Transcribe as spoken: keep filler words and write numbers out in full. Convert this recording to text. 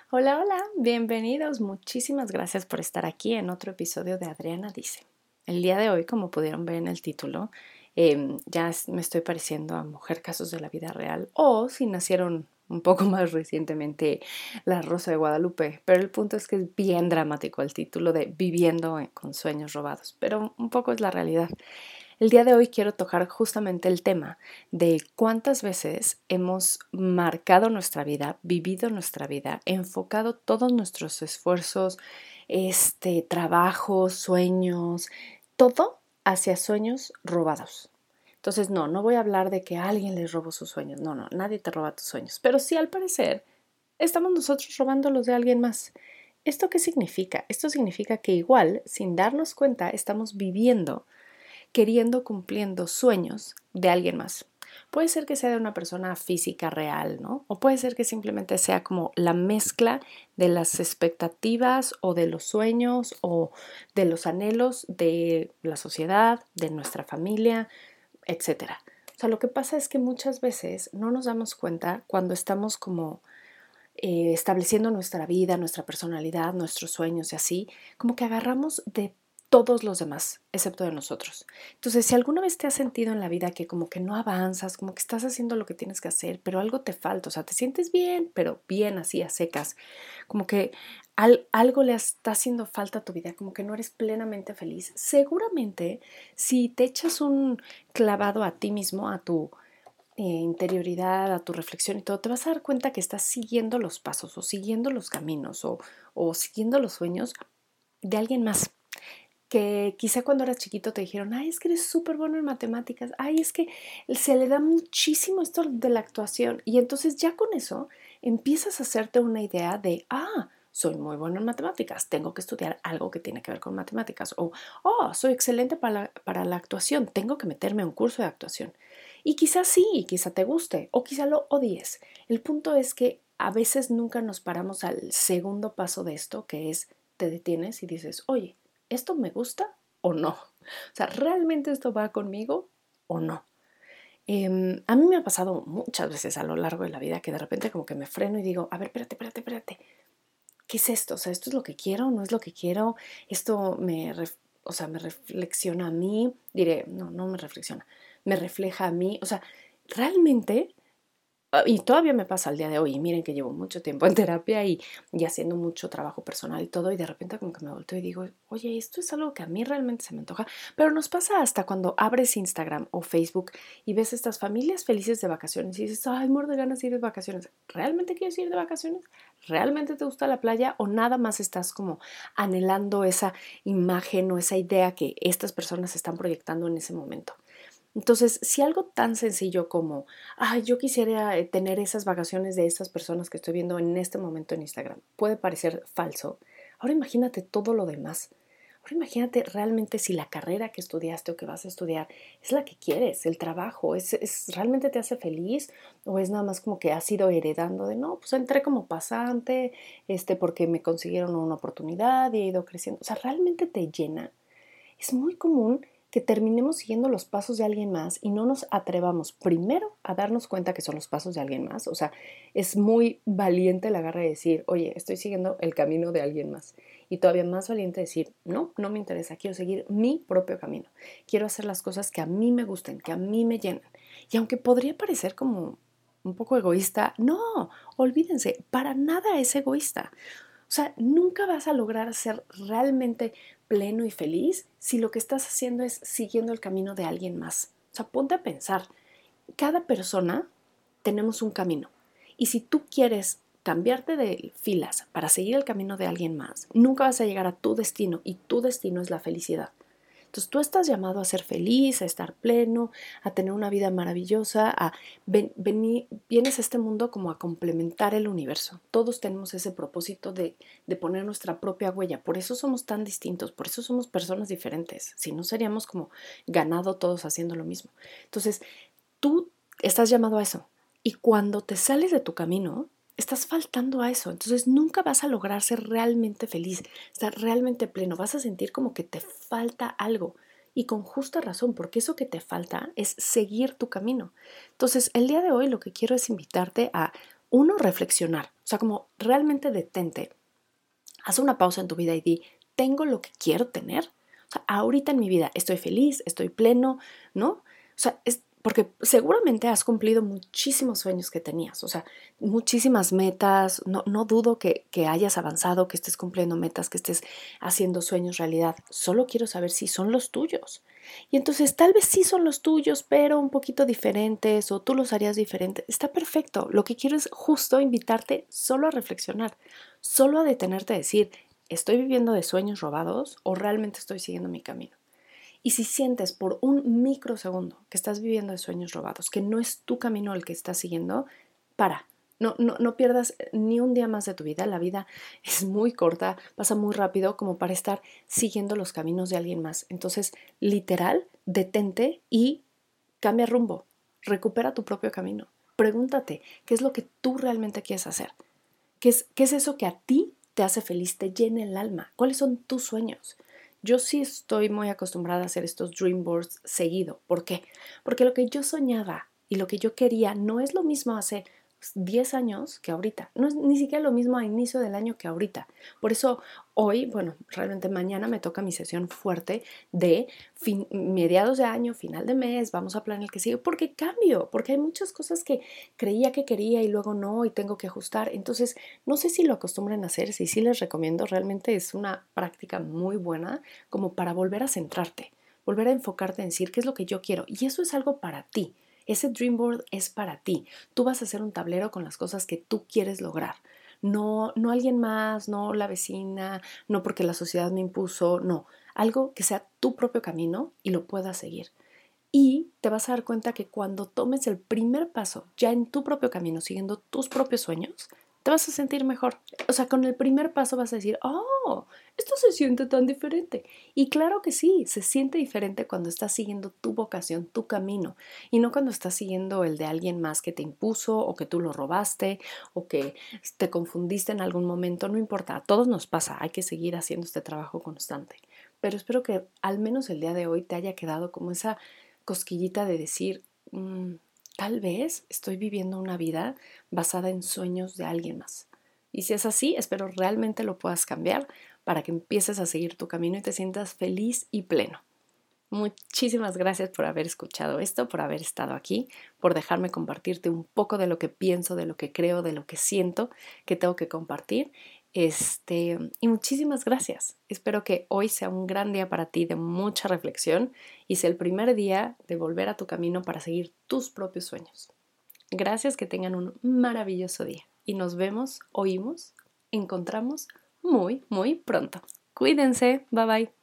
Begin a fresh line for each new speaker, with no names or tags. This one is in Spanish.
Hola, hola, bienvenidos. Muchísimas gracias por estar aquí en otro episodio de Adriana Dice. El día de hoy, como pudieron ver en el título, eh, ya me estoy pareciendo a Mujer Casos de la Vida Real o si nacieron un poco más recientemente La Rosa de Guadalupe, pero el punto es que es bien dramático el título de Viviendo con sueños robados, pero un poco es la realidad. El día de hoy quiero tocar justamente el tema de cuántas veces hemos marcado nuestra vida, vivido nuestra vida, enfocado todos nuestros esfuerzos, este, trabajos, sueños, todo hacia sueños robados. Entonces, no, no voy a hablar de que alguien les robó sus sueños. No, no, nadie te roba tus sueños. Pero sí, al parecer, estamos nosotros robando los de alguien más. ¿Esto qué significa? Esto significa que igual, sin darnos cuenta, estamos viviendo queriendo, cumpliendo sueños de alguien más. Puede ser que sea de una persona física real, ¿no? O puede ser que simplemente sea como la mezcla de las expectativas o de los sueños o de los anhelos de la sociedad, de nuestra familia, etcétera. O sea, lo que pasa es que muchas veces no nos damos cuenta cuando estamos como eh, estableciendo nuestra vida, nuestra personalidad, nuestros sueños y así, como que agarramos de todos los demás, excepto de nosotros. Entonces, si alguna vez te has sentido en la vida que como que no avanzas, como que estás haciendo lo que tienes que hacer, pero algo te falta, o sea, te sientes bien, pero bien así a secas, como que al, algo le está haciendo falta a tu vida, como que no eres plenamente feliz, seguramente si te echas un clavado a ti mismo, a tu eh, interioridad, a tu reflexión y todo, te vas a dar cuenta que estás siguiendo los pasos o siguiendo los caminos o, o siguiendo los sueños de alguien más. Que quizá cuando eras chiquito te dijeron, ay, es que eres súper bueno en matemáticas, ay, es que se le da muchísimo esto de la actuación. Y entonces ya con eso empiezas a hacerte una idea de, ah, soy muy bueno en matemáticas, tengo que estudiar algo que tiene que ver con matemáticas. O, oh, soy excelente para la, para la actuación, tengo que meterme a un curso de actuación. Y quizá sí, quizá te guste o quizá lo odies. El punto es que a veces nunca nos paramos al segundo paso de esto, que es te detienes y dices, oye, ¿esto me gusta o no? O sea, ¿realmente esto va conmigo o no? Eh, a mí me ha pasado muchas veces a lo largo de la vida que de repente como que me freno y digo, a ver, espérate, espérate, espérate, ¿qué es esto? O sea, ¿esto es lo que quiero? ¿No es lo que quiero? ¿Esto me, o sea, me reflexiona a mí? Diré, no, no me reflexiona, me refleja a mí. O sea, realmente y todavía me pasa al día de hoy, y miren que llevo mucho tiempo en terapia y, y haciendo mucho trabajo personal y todo, y de repente como que me volteo y digo, oye, esto es algo que a mí realmente se me antoja, pero nos pasa hasta cuando abres Instagram o Facebook y ves estas familias felices de vacaciones y dices, ay, muero de ganas de ir de vacaciones. ¿Realmente quieres ir de vacaciones? ¿Realmente te gusta la playa o nada más estás como anhelando esa imagen o esa idea que estas personas están proyectando en ese momento? Entonces, si algo tan sencillo como, ay, yo quisiera eh, tener esas vacaciones de esas personas que estoy viendo en este momento en Instagram, puede parecer falso, ahora imagínate todo lo demás. Ahora imagínate realmente si la carrera que estudiaste o que vas a estudiar es la que quieres, el trabajo, es, es realmente te hace feliz o es nada más como que has ido heredando de, no, pues entré como pasante, este, porque me consiguieron una oportunidad y he ido creciendo. O sea, realmente te llena. Es muy común que terminemos siguiendo los pasos de alguien más y no nos atrevamos primero a darnos cuenta que son los pasos de alguien más. O sea, es muy valiente la agarre de decir, oye, estoy siguiendo el camino de alguien más. Y todavía más valiente decir, no, no me interesa, quiero seguir mi propio camino. Quiero hacer las cosas que a mí me gusten, que a mí me llenan. Y aunque podría parecer como un poco egoísta, no, olvídense, para nada es egoísta. O sea, nunca vas a lograr ser realmente pleno y feliz si lo que estás haciendo es siguiendo el camino de alguien más. O sea, ponte a pensar, cada persona tenemos un camino. Y si tú quieres cambiarte de filas para seguir el camino de alguien más, nunca vas a llegar a tu destino y tu destino es la felicidad. Entonces tú estás llamado a ser feliz, a estar pleno, a tener una vida maravillosa, a ven, ven, vienes a este mundo como a complementar el universo. Todos tenemos ese propósito de, de poner nuestra propia huella. Por eso somos tan distintos, por eso somos personas diferentes. Si no seríamos como ganado todos haciendo lo mismo. Entonces tú estás llamado a eso. Y cuando te sales de tu camino, estás faltando a eso. Entonces nunca vas a lograr ser realmente feliz, estar realmente pleno. Vas a sentir como que te falta algo. Y con justa razón, porque eso que te falta es seguir tu camino. Entonces, el día de hoy lo que quiero es invitarte a Uno, reflexionar. O sea, como realmente detente. Haz una pausa en tu vida y di, ¿tengo lo que quiero tener? O sea, ahorita en mi vida estoy feliz, estoy pleno, ¿no? O sea, es porque seguramente has cumplido muchísimos sueños que tenías, o sea, muchísimas metas. No, no dudo que, que hayas avanzado, que estés cumpliendo metas, que estés haciendo sueños realidad. Solo quiero saber si son los tuyos. Y entonces tal vez sí son los tuyos, pero un poquito diferentes, o tú los harías diferente. Está perfecto. Lo que quiero es justo invitarte solo a reflexionar, solo a detenerte a decir, ¿estoy viviendo de sueños robados o realmente estoy siguiendo mi camino? Y si sientes por un microsegundo que estás viviendo de sueños robados, que no es tu camino el que estás siguiendo, para. No, no, no pierdas ni un día más de tu vida. La vida es muy corta, pasa muy rápido como para estar siguiendo los caminos de alguien más. Entonces, literal, detente y cambia rumbo. Recupera tu propio camino. Pregúntate, ¿qué es lo que tú realmente quieres hacer? ¿Qué es, qué es eso que a ti te hace feliz, te llena el alma? ¿Cuáles son tus sueños? Yo sí estoy muy acostumbrada a hacer estos dream boards seguido. ¿Por qué? Porque lo que yo soñaba y lo que yo quería no es lo mismo hace diez años que ahorita. No es ni siquiera lo mismo a inicio del año que ahorita. Por eso hoy, bueno, realmente mañana me toca mi sesión fuerte de fin, mediados de año, final de mes, vamos a planear el que sigue, porque cambio, porque hay muchas cosas que creía que quería y luego no y tengo que ajustar. Entonces, no sé si lo acostumbren a hacer, si sí les recomiendo, realmente es una práctica muy buena como para volver a centrarte, volver a enfocarte en decir qué es lo que yo quiero. Y eso es algo para ti. Ese dream board es para ti. Tú vas a hacer un tablero con las cosas que tú quieres lograr. No, no alguien más, no la vecina, no porque la sociedad me impuso, no. Algo que sea tu propio camino y lo puedas seguir. Y te vas a dar cuenta que cuando tomes el primer paso ya en tu propio camino, siguiendo tus propios sueños, te vas a sentir mejor. O sea, con el primer paso vas a decir, oh, esto se siente tan diferente. Y claro que sí, se siente diferente cuando estás siguiendo tu vocación, tu camino, y no cuando estás siguiendo el de alguien más que te impuso o que tú lo robaste o que te confundiste en algún momento. No importa, a todos nos pasa, hay que seguir haciendo este trabajo constante. Pero espero que al menos el día de hoy te haya quedado como esa cosquillita de decir, mmm, tal vez estoy viviendo una vida basada en sueños de alguien más. Y si es así, espero realmente lo puedas cambiar para que empieces a seguir tu camino y te sientas feliz y pleno. Muchísimas gracias por haber escuchado esto, por haber estado aquí, por dejarme compartirte un poco de lo que pienso, de lo que creo, de lo que siento que tengo que compartir. Este, y muchísimas gracias. Espero que hoy sea un gran día para ti de mucha reflexión y sea el primer día de volver a tu camino para seguir tus propios sueños. Gracias, que tengan un maravilloso día y nos vemos, oímos, encontramos muy, muy pronto. Cuídense, bye bye.